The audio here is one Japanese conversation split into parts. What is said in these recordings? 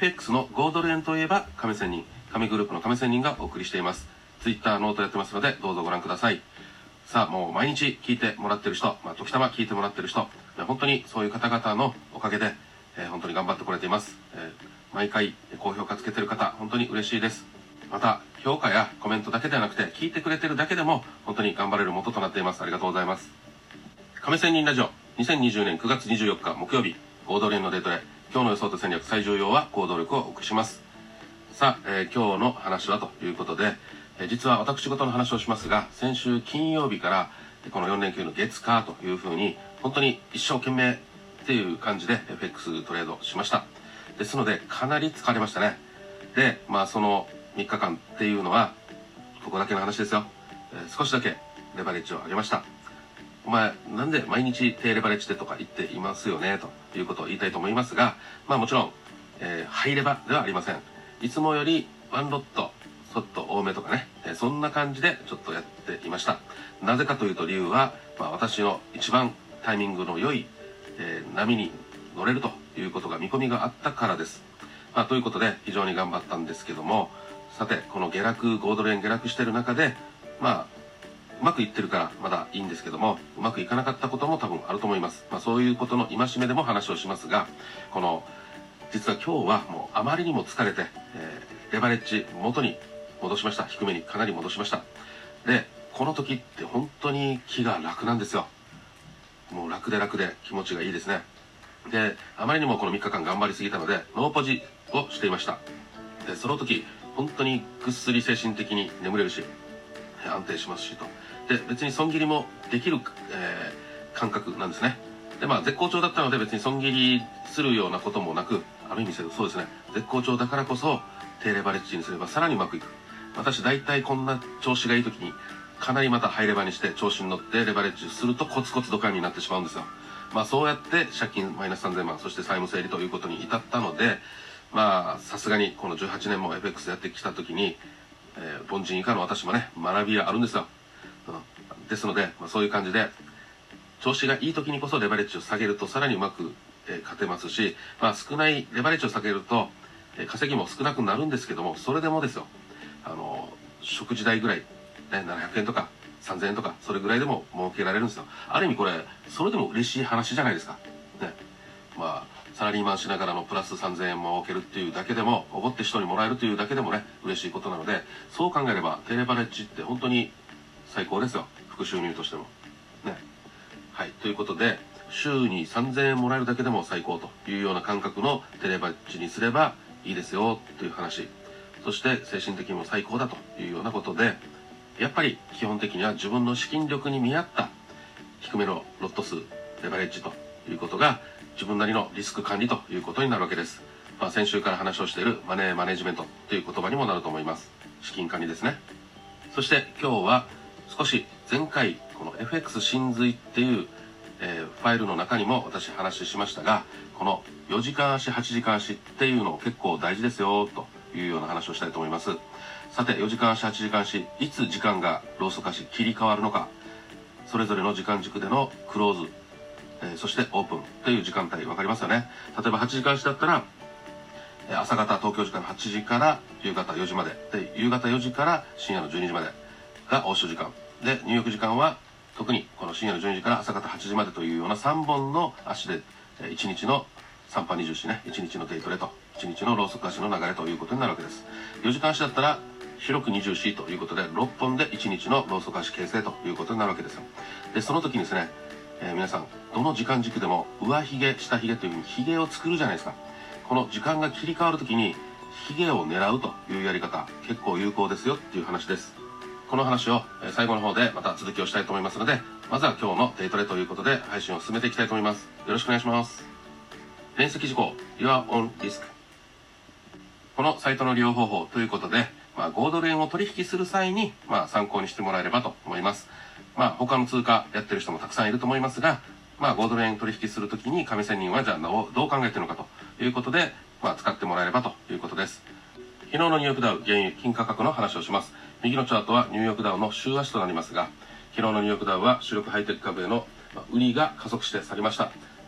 FX の5ドル円といえば亀仙人、亀グループの亀仙人がお送りしています。Twitter、ノートやってますので、どうぞご覧ください。さあ、もう毎日聞いてもらってる人、時たま聞いてもらってる人、本当にそういう方々のおかげで、本当に頑張ってこれています。毎回高評価つけてる方、本当に嬉しいです。また、評価やコメントだけではなくて、聞いてくれてるだけでも、本当に頑張れる元となっています。ありがとうございます。亀仙人ラジオ、2020年9月24日木曜日、5ドル円のデートで、今日の予想と戦略最重要は行動力をお送りします。さあ、今日の話はということで、実は私事の話をしますが、先週金曜日からこの4連休の月火というふうに本当に一生懸命っていう感じで FX トレードしました。ですのでかなり疲れましたね。で、その3日間っていうのはここだけの話ですよ。少しだけレバレッジを上げました。お前なんで毎日低レバレッジでとか言っていますよねということを言いたいと思いますが、もちろん、ハイレバではありません。いつもよりワンロットちょっと多めとかね、そんな感じでちょっとやっていました。なぜかというと理由は、私の一番タイミングの良い、波に乗れるということが見込みがあったからです。ということで非常に頑張ったんですけども、さてこの5ドル円下落している中で、うまくいってるからまだいいんですけども、うまくいかなかったことも多分あると思います。そういうことの戒めでも話をしますが、実は今日はもうあまりにも疲れて、レバレッジ元に戻しました。低めにかなり戻しました。で、この時って本当に気が楽なんですよ。もう楽で気持ちがいいですね。で、あまりにもこの3日間頑張りすぎたので、ノーポジをしていました。で、その時、本当にぐっすり精神的に眠れるし、安定しますしと。で、別に損切りもできる、感覚なんですね。で、絶好調だったので別に損切りするようなこともなく、ある意味そうですね、絶好調だからこそ、低レバレッジにすればさらにうまくいく。私大体こんな調子がいい時に、かなりまたハイレバにして調子に乗ってレバレッジするとコツコツドカンになってしまうんですよ。そうやって借金マイナス3000万、そして債務整理ということに至ったので、さすがにこの18年も FX やってきた時に、凡人以下の私もね、学びがあるんですよ。ですので、そういう感じで、調子がいい時にこそレバレッジを下げるとさらにうまく、勝てますし、少ないレバレッジを下げると、稼ぎも少なくなるんですけども、それでもですよ、食事代ぐらい、700円とか3000円とか、それぐらいでも儲けられるんですよ。ある意味これ、それでも嬉しい話じゃないですか。ね。サラリーマンしながらのプラス3000円儲けるっていうだけでも、おごって人にもらえるというだけでもね、嬉しいことなので、そう考えれば、低レバレッジって本当に最高ですよ。副収入としても。ね。はい。ということで、週に3000円もらえるだけでも最高というような感覚の低レバレッジにすればいいですよという話。そして精神的にも最高だというようなことで、やっぱり基本的には自分の資金力に見合った低めのロット数、レバレッジということが自分なりのリスク管理ということになるわけです。先週から話をしているマネーマネジメントという言葉にもなると思います。資金管理ですね。そして今日は少し前回この FX 真髄っていう、ファイルの中にも私話しましたが、この4時間足、8時間足っていうの結構大事ですよというような話をしたいと思います。さて、4時間足、8時間足、いつ時間がローソク足切り替わるのか、それぞれの時間軸でのクローズ、そしてオープンという時間帯分かりますよね。例えば8時間足だったら、朝方東京時間の8時から夕方4時まで、で夕方4時から深夜の12時までが欧州時間で、入浴時間は特にこの深夜の12時から朝方8時までというような3本の足で1日の3波24ね、1日のデイトレと1日のローソク足の流れということになるわけです。4時間足だったら広く24ということで6本で1日のローソク足形成ということになるわけですよ。で、その時にですね、皆さんどの時間軸でも上髭下髭というふうに髭を作るじゃないですか。この時間が切り替わる時に髭を狙うというやり方、結構有効ですよっていう話です。この話を最後の方でまた続きをしたいと思いますので、まずは今日のデイトレということで配信を進めていきたいと思います。よろしくお願いします。連席事項 Your Own Risk。 このサイトの利用方法ということで、5ドル円を取引する際に参考にしてもらえればと思います。他の通貨やってる人もたくさんいると思いますが、5ドル円取引するときに亀仙人はじゃあどう考えているのかということで、使ってもらえればということです。昨日のニューヨークダウ原油金価格の話をします。右のチャートはニューヨークダウの週足となりますが、昨日のニューヨークダウは主力ハイテク株への売りが加速して去りました。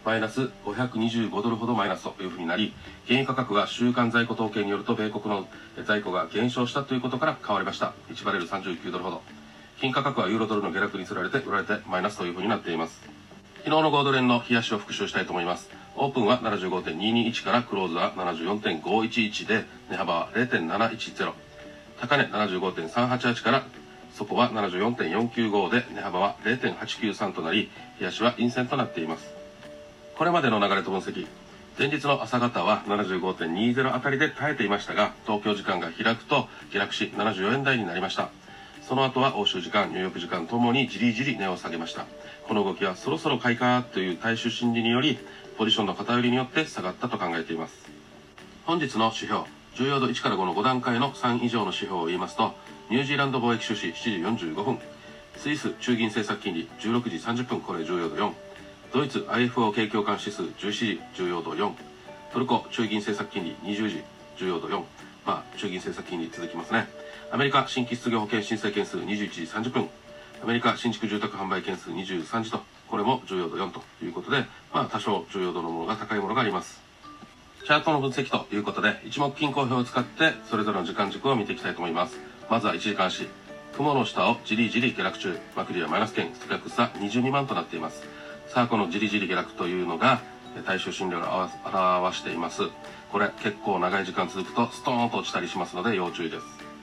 マイナス525ドルほどマイナスというふうになり、原油価格は週間在庫統計によると米国の在庫が減少したということから変わりました。1バレル39ドルほど。金価格はユーロドルの下落につられて売られてマイナスというふうになっています。昨日の5ドル円の冷やしを復習したいと思います。オープンは 75.221 からクローズは 74.511 で値幅は 0.710。高値 75.388 から底は 74.495 で値幅は 0.893 となり、冷やしは陰線となっています。これまでの流れと分析。前日の朝方は 75.20 あたりで耐えていましたが、東京時間が開くと下落し74円台になりました。その後は欧州時間、ニューヨーク時間ともにじりじり値を下げました。この動きはそろそろ買いかという大衆心理により、ポジションの偏りによって下がったと考えています。本日の指標、重要度1から5の5段階の3以上の指標を言いますと、ニュージーランド貿易収支7時45分、スイス中銀政策金利16時30分、これ重要度4、ドイツ IFO 景況感指数17時重要度4、トルコ中銀政策金利20時重要度4、中銀政策金利続きますね。アメリカ新規失業保険申請件数21時30分、アメリカ新築住宅販売件数23時と、これも重要度4ということで、多少重要度のものが高いものがあります。チャートの分析ということで、一目均衡表を使ってそれぞれの時間軸を見ていきたいと思います。まずは1時間足。雲の下をじりじり下落中。マクリはマイナス圏、ストキャクス差20未満となっています。さあ、このじりじり下落というのが、大衆心理を表しています。これ、結構長い時間続くとストーンと落ちたりしますので要注意です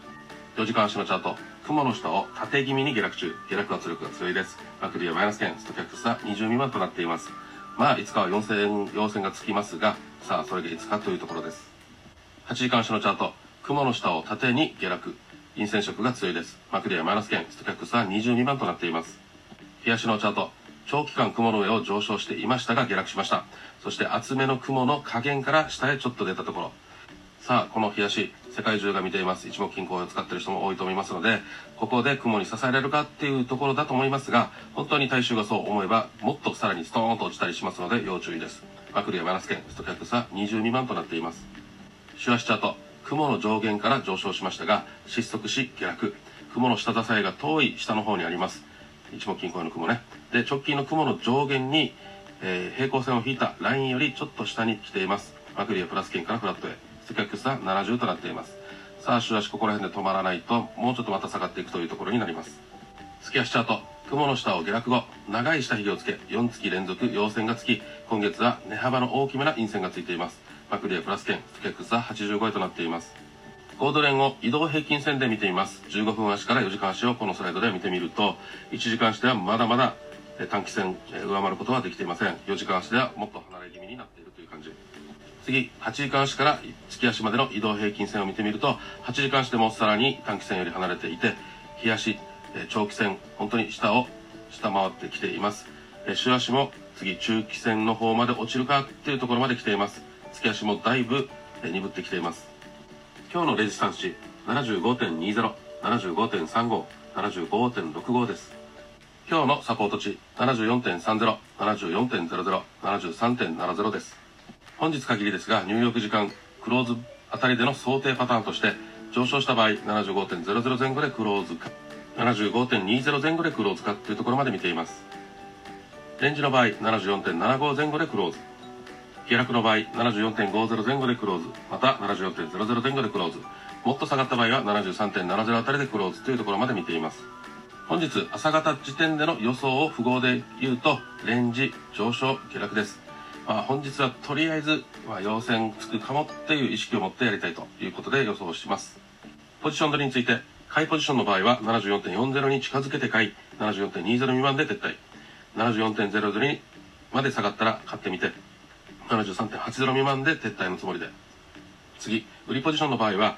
。4時間足のチャート。雲の下を縦気味に下落中。下落圧力が強いです。マクリはマイナス圏、ストキャクス差20未満となっています。いつかは陽線がつきますが、さあ、それがいつかというところです。8時間足のチャート。雲の下を縦に下落。陰線色が強いです。マクリはマイナス圏、ストキャクス差20未満となっています。日足のチャート。長期間雲の上を上昇していましたが下落しました。そして厚めの雲の下限から下へちょっと出たところ。さあ、この日足、世界中が見ています。一目均衡を使っている人も多いと思いますので、ここで雲に支えられるかっていうところだと思いますが、本当に大衆がそう思えば、もっとさらにストーンと落ちたりしますので要注意です。マクリはマイナス圏、ストキャクス差20未満となっています。週足チャート、雲の上限から上昇しましたが、失速し下落。雲の下支えが遠い下の方にあります。一目均衡の雲ね。で、直近の雲の上限に、平行線を引いたラインよりちょっと下に来ています。マクリはプラス圏からフラットへ。ストキャクス差70となっています。さあ、週足ここら辺で止まらないと、もうちょっとまた下がっていくというところになります。月足チャート、雲の下を下落後、長い下髭をつけ、4月連続陽線がつき、今月は値幅の大きめな陰線がついています。マクリはプラス圏、ストキャクス差85へとなっています。5ドル円を移動平均線で見ています。15分足から4時間足をこのスライドで見てみると、1時間足ではまだまだ短期線上回ることはできていません。4時間足ではもっと離れ気味になっているという感じ。次、8時間足から月足までの移動平均線を見てみると、8時間足でもさらに短期線より離れていて、日足、長期線、本当に下回ってきています。週足も次、中期線の方まで落ちるかっていうところまで来ています。月足もだいぶ鈍ってきています。今日のレジスタンス値、75.20、75.35、75.65 です。今日のサポート値、74.30、74.00、73.70 です。本日限りですが、ニューヨーク時間クローズあたりでの想定パターンとして、上昇した場合、75.00 前後でクローズか、75.20 前後でクローズかというところまで見ています。レンジの場合、74.75 前後でクローズ。下落の場合、74.50 前後でクローズ。また、74.00 前後でクローズ。もっと下がった場合は、73.70 あたりでクローズというところまで見ています。本日、朝方時点での予想を符号で言うと、レンジ、上昇、下落です。本日はとりあえず、陽線つくかもっていう意識を持ってやりたいということで予想します。ポジション取りについて、買いポジションの場合は 74.40 に近づけて買い、74.20 未満で撤退。74.00 にまで下がったら買ってみて、73.80 未満で撤退のつもりで。次、売りポジションの場合は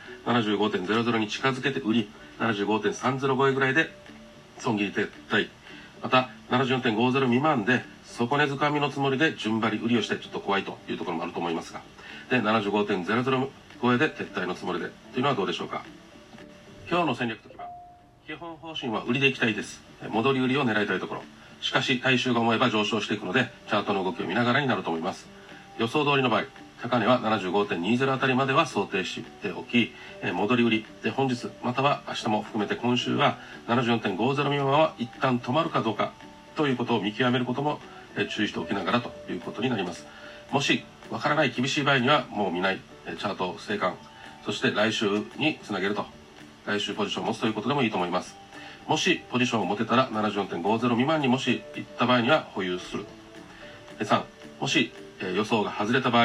75.00 に近づけて売り、75.30 超えぐらいで損切り撤退。また、74.50 未満で底値掴みのつもりで順張り売りをしてちょっと怖いというところもあると思いますが。で、75.00 超えで撤退のつもりでというのはどうでしょうか。今日の戦略ときは、基本方針は売りでいきたいです。戻り売りを狙いたいところ。しかし、大衆が思えば上昇していくので、チャートの動きを見ながらになると思います。予想通りの場合、高値は 75.20 あたりまでは想定しておき、戻り売りで本日または明日も含めて今週は 74.50 未満は一旦止まるかどうかということを見極めることも注意しておきながらということになります。もしわからない厳しい場合にはもう見ない、チャート静観、そして来週につなげると、来週ポジションを持つということでもいいと思います。もしポジションを持てたら 74.50 未満にもし行った場合には保有する。3、もし予想が外れた場合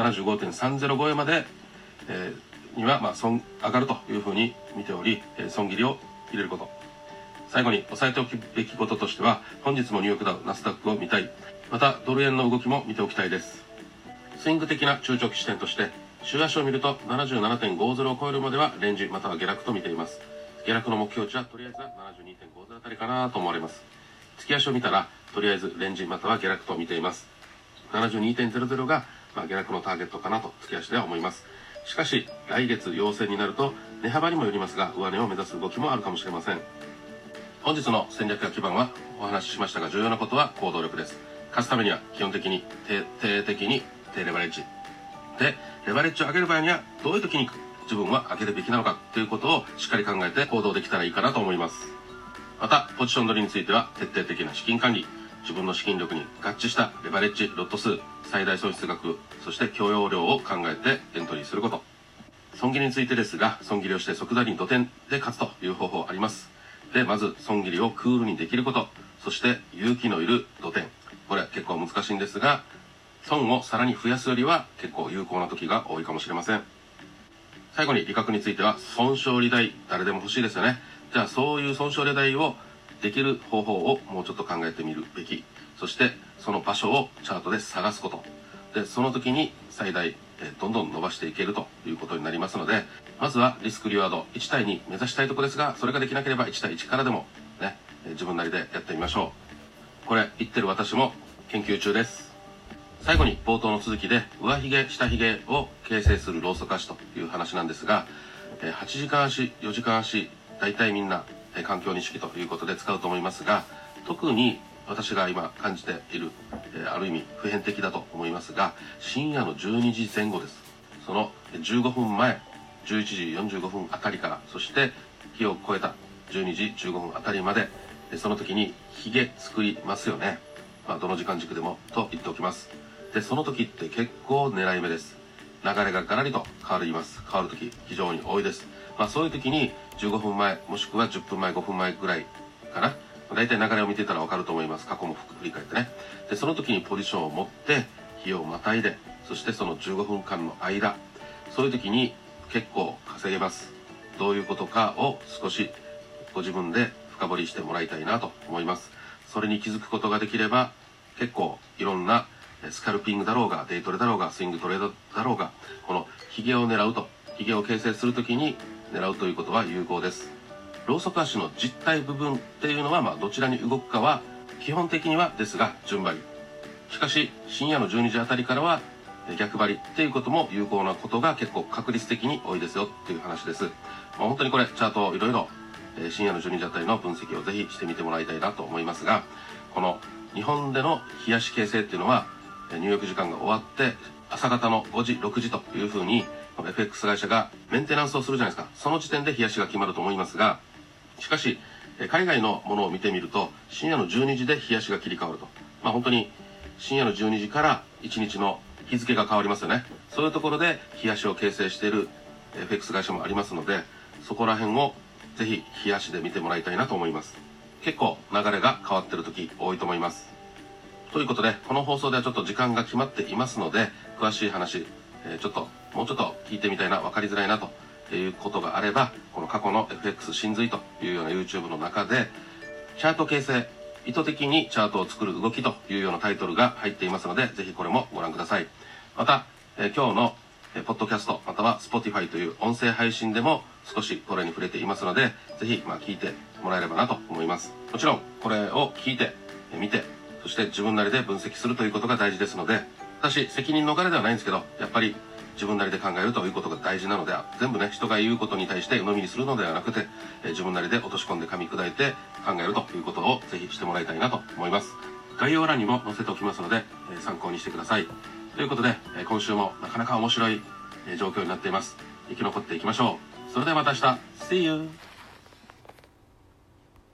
75.30 超えまでには上がるというふうに見ており、損切りを入れること。最後に押さえておくべきこととしては、本日もニューヨークダウ、ナスダックを見たい。またドル円の動きも見ておきたいです。スイング的な中長期視点として、週足を見ると 77.50 を超えるまではレンジまたは下落と見ています。下落の目標値はとりあえずは 72.50 あたりかなと思われます。月足を見たらとりあえずレンジまたは下落と見ています。72.00 が下落のターゲットかなと月足では思います。しかし来月陽線になると値幅にもよりますが、上値を目指す動きもあるかもしれません。本日の戦略や基盤はお話ししましたが、重要なことは行動力です。勝つためには基本的に低レバレッジで、レバレッジを上げる場合にはどういう時に自分は上げるべきなのかということをしっかり考えて行動できたらいいかなと思います。またポジション取りについては徹底的な資金管理、自分の資金力に合致したレバレッジ、ロット数、最大損失額、そして許容量を考えてエントリーすること。損切りについてですが、損切りをして即座に土点で勝つという方法あります。で、まず損切りをクールにできること、そして勇気のいる土点。これ結構難しいんですが、損をさらに増やすよりは結構有効な時が多いかもしれません。最後に利確については、損傷利大、誰でも欲しいですよね。じゃあそういう損傷利大をできる方法をもうちょっと考えてみるべき。そしてその場所をチャートで探すこと。で、その時に最大どんどん伸ばしていけるということになりますので、まずはリスクリワード1対2目指したいところですが、それができなければ1対1からでもね、自分なりでやってみましょう。これ言ってる私も研究中です。最後に冒頭の続きで上髭下髭を形成するローソク足という話なんですが、8時間足4時間足大体みんな環境認識ということで使うと思いますが、特に私が今感じているある意味普遍的だと思いますが、深夜の12時前後です。その15分前11時45分あたりから、そして日を超えた12時15分あたりまで、その時に髭作りますよね。どの時間軸でもと言っておきます。で、その時って結構狙い目です。流れがガラリと変わります。変わる時非常に多いです。そういう時に15分前もしくは10分前5分前ぐらいかな、大体流れを見てたら分かると思います。過去も振り返ってね。で、その時にポジションを持って日をまたいで、そしてその15分間の間、そういう時に結構稼げます。どういうことかを少しご自分で深掘りしてもらいたいなと思います。それに気づくことができれば、結構いろんなスカルピングだろうがデイトレだろうがスイングトレードだろうが、このヒゲを狙うと、ヒゲを形成するときに狙うということは有効です。ローソク足の実体部分っていうのはどちらに動くかは基本的にはですが順張り。しかし深夜の12時あたりからは逆張りっていうことも有効なことが結構確率的に多いですよっていう話です。本当にこれチャートをいろいろ深夜の12時あたりの分析をぜひしてみてもらいたいなと思いますが、この日本での冷やし形成っていうのは入浴時間が終わって朝方の5時6時というふうにFX 会社がメンテナンスをするじゃないですか。その時点で冷やしが決まると思いますが、しかし海外のものを見てみると深夜の12時で冷やしが切り替わると、本当に深夜の12時から1日の日付が変わりますよね。そういうところで冷やしを形成している FX 会社もありますので、そこら辺をぜひ冷やしで見てもらいたいなと思います。結構流れが変わってる時多いと思います。ということで、この放送ではちょっと時間が決まっていますので、詳しい話もうちょっと聞いてみたいな、分かりづらいなということがあれば、この過去の FX 真髄というような YouTube の中でチャート形成、意図的にチャートを作る動きというようなタイトルが入っていますので、ぜひこれもご覧ください。また今日のポッドキャストまたは Spotify という音声配信でも少しこれに触れていますので、ぜひ聞いてもらえればなと思います。もちろんこれを聞いて見て、そして自分なりで分析するということが大事ですので、私責任逃れではないんですけど、やっぱり自分なりで考えるということが大事なので、全部ね人が言うことに対して鵜呑みにするのではなくて、自分なりで落とし込んで噛み砕いて考えるということをぜひしてもらいたいなと思います。概要欄にも載せておきますので参考にしてください。ということで今週もなかなか面白い状況になっています。生き残っていきましょう。それではまた明日。See you!